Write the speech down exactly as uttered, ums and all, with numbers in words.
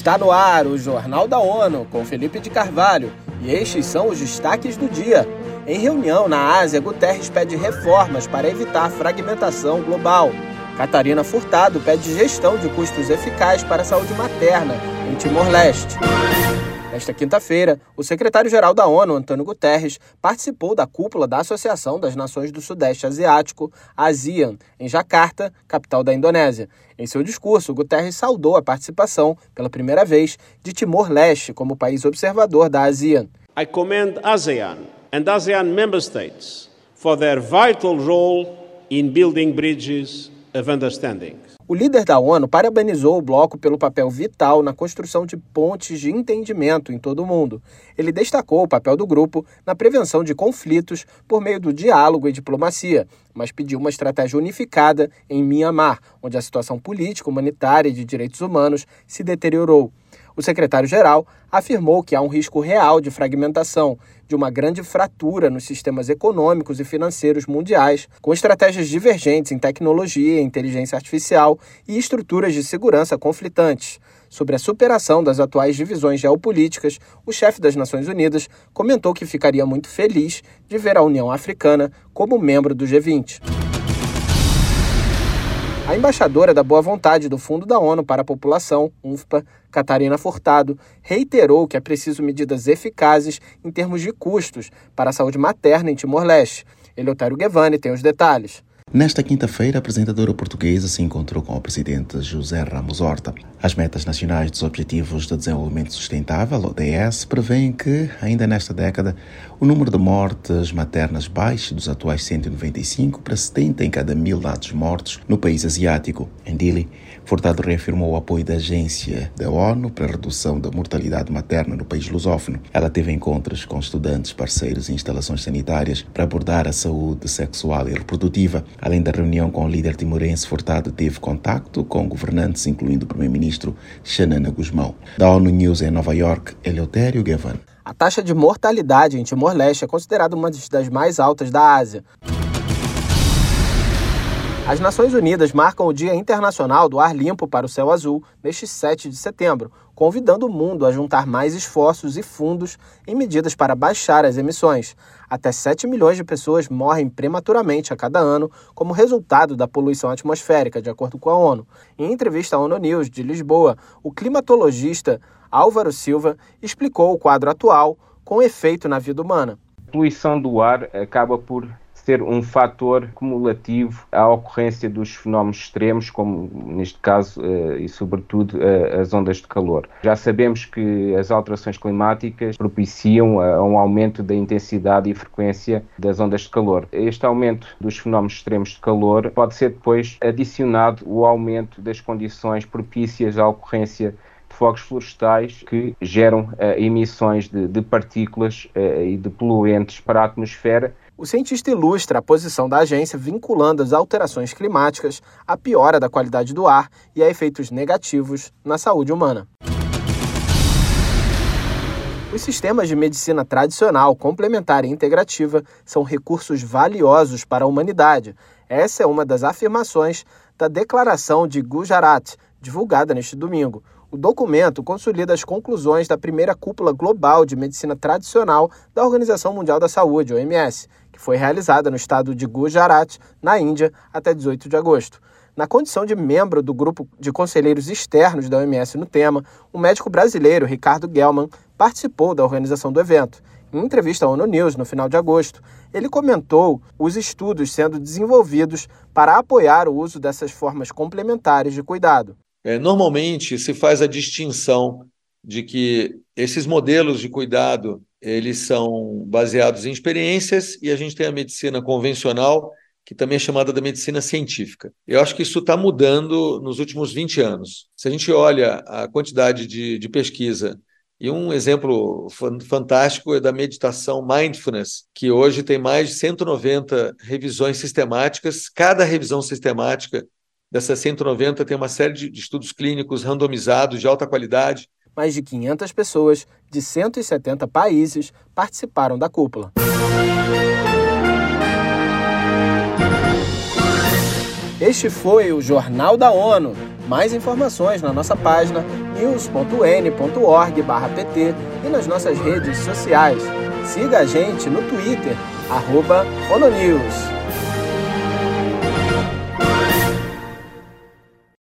Está no ar o Jornal da ONU, com Felipe de Carvalho, e estes são os destaques do dia. Em reunião na Ásia, Guterres pede reformas para evitar fragmentação global. Catarina Furtado pede gestão de custos eficaz para a saúde materna em Timor-Leste. Nesta quinta-feira, o secretário-geral da ONU, Antônio Guterres, participou da cúpula da Associação das Nações do Sudeste Asiático, ASEAN, em Jakarta, capital da Indonésia. Em seu discurso, Guterres saudou a participação, pela primeira vez, de Timor-Leste como país observador da ASEAN. I commend ASEAN and ASEAN member states for their vital role in building bridges of understanding. O líder da ONU parabenizou o bloco pelo papel vital na construção de pontes de entendimento em todo o mundo. Ele destacou o papel do grupo na prevenção de conflitos por meio do diálogo e diplomacia, mas pediu uma estratégia unificada em Mianmar, onde a situação política, humanitária e de direitos humanos se deteriorou. O secretário-geral afirmou que há um risco real de fragmentação, de uma grande fratura nos sistemas econômicos e financeiros mundiais, com estratégias divergentes em tecnologia, inteligência artificial e estruturas de segurança conflitantes. Sobre a superação das atuais divisões geopolíticas, o chefe das Nações Unidas comentou que ficaria muito feliz de ver a União Africana como membro do G vinte. A embaixadora da Boa Vontade do Fundo da ONU para a População, UNFPA, Catarina Furtado, reiterou que é preciso medidas eficazes em termos de custos para a saúde materna em Timor-Leste. Eleutério Gevani tem os detalhes. Nesta quinta-feira, a apresentadora portuguesa se encontrou com o presidente José Ramos Horta. As metas nacionais dos Objetivos de Desenvolvimento Sustentável, O D S, prevêem que, ainda nesta década, o número de mortes maternas baixe dos atuais cento e noventa e cinco para setenta em cada mil dados mortos no país asiático. Em Dili, Furtado reafirmou o apoio da Agência da ONU para a redução da mortalidade materna no país lusófono. Ela teve encontros com estudantes, parceiros e instalações sanitárias para abordar a saúde sexual e reprodutiva. Além da reunião com o líder timorense, Furtado teve contacto com governantes, incluindo o primeiro-ministro Xanana Gusmão. Da ONU News em Nova York, Eleutério Gevani. A taxa de mortalidade em Timor-Leste é considerada uma das mais altas da Ásia. As Nações Unidas marcam o Dia Internacional do Ar Limpo para o Céu Azul neste sete de setembro, convidando o mundo a juntar mais esforços e fundos em medidas para baixar as emissões. Até sete milhões de pessoas morrem prematuramente a cada ano como resultado da poluição atmosférica, de acordo com a ONU. Em entrevista à ONU News de Lisboa, o climatologista Álvaro Silva explicou o quadro atual com efeito na vida humana. A poluição do ar acaba por ser um fator cumulativo à ocorrência dos fenómenos extremos, como neste caso e sobretudo as ondas de calor. Já sabemos que as alterações climáticas propiciam um aumento da intensidade e frequência das ondas de calor. Este aumento dos fenómenos extremos de calor pode ser depois adicionado o aumento das condições propícias à ocorrência de fogos florestais que geram uh, emissões de, de partículas uh, e de poluentes para a atmosfera. O cientista ilustra a posição da agência vinculando as alterações climáticas à piora da qualidade do ar e a efeitos negativos na saúde humana. Os sistemas de medicina tradicional, complementar e integrativa são recursos valiosos para a humanidade. Essa é uma das afirmações da Declaração de Gujarat, divulgada neste domingo. O documento consolida as conclusões da primeira cúpula global de medicina tradicional da Organização Mundial da Saúde, O M S, que foi realizada no estado de Gujarat, na Índia, até dezoito de agosto. Na condição de membro do grupo de conselheiros externos da O M S no tema, o médico brasileiro Ricardo Gelman participou da organização do evento. Em entrevista à ONU News, no final de agosto, ele comentou os estudos sendo desenvolvidos para apoiar o uso dessas formas complementares de cuidado. É, normalmente se faz a distinção de que esses modelos de cuidado eles são baseados em experiências e a gente tem a medicina convencional, que também é chamada da medicina científica. Eu acho que isso está mudando nos últimos vinte anos. Se a gente olha a quantidade de, de pesquisa, e um exemplo fantástico é da meditação Mindfulness, que hoje tem mais de cento e noventa revisões sistemáticas. Cada revisão sistemática dessas cento e noventa tem uma série de estudos clínicos randomizados de alta qualidade. Mais de quinhentas pessoas de cento e setenta países participaram da cúpula. Este foi o Jornal da ONU. Mais informações na nossa página news ponto n ponto org barra p t e nas nossas redes sociais. Siga a gente no Twitter, arroba ONONews.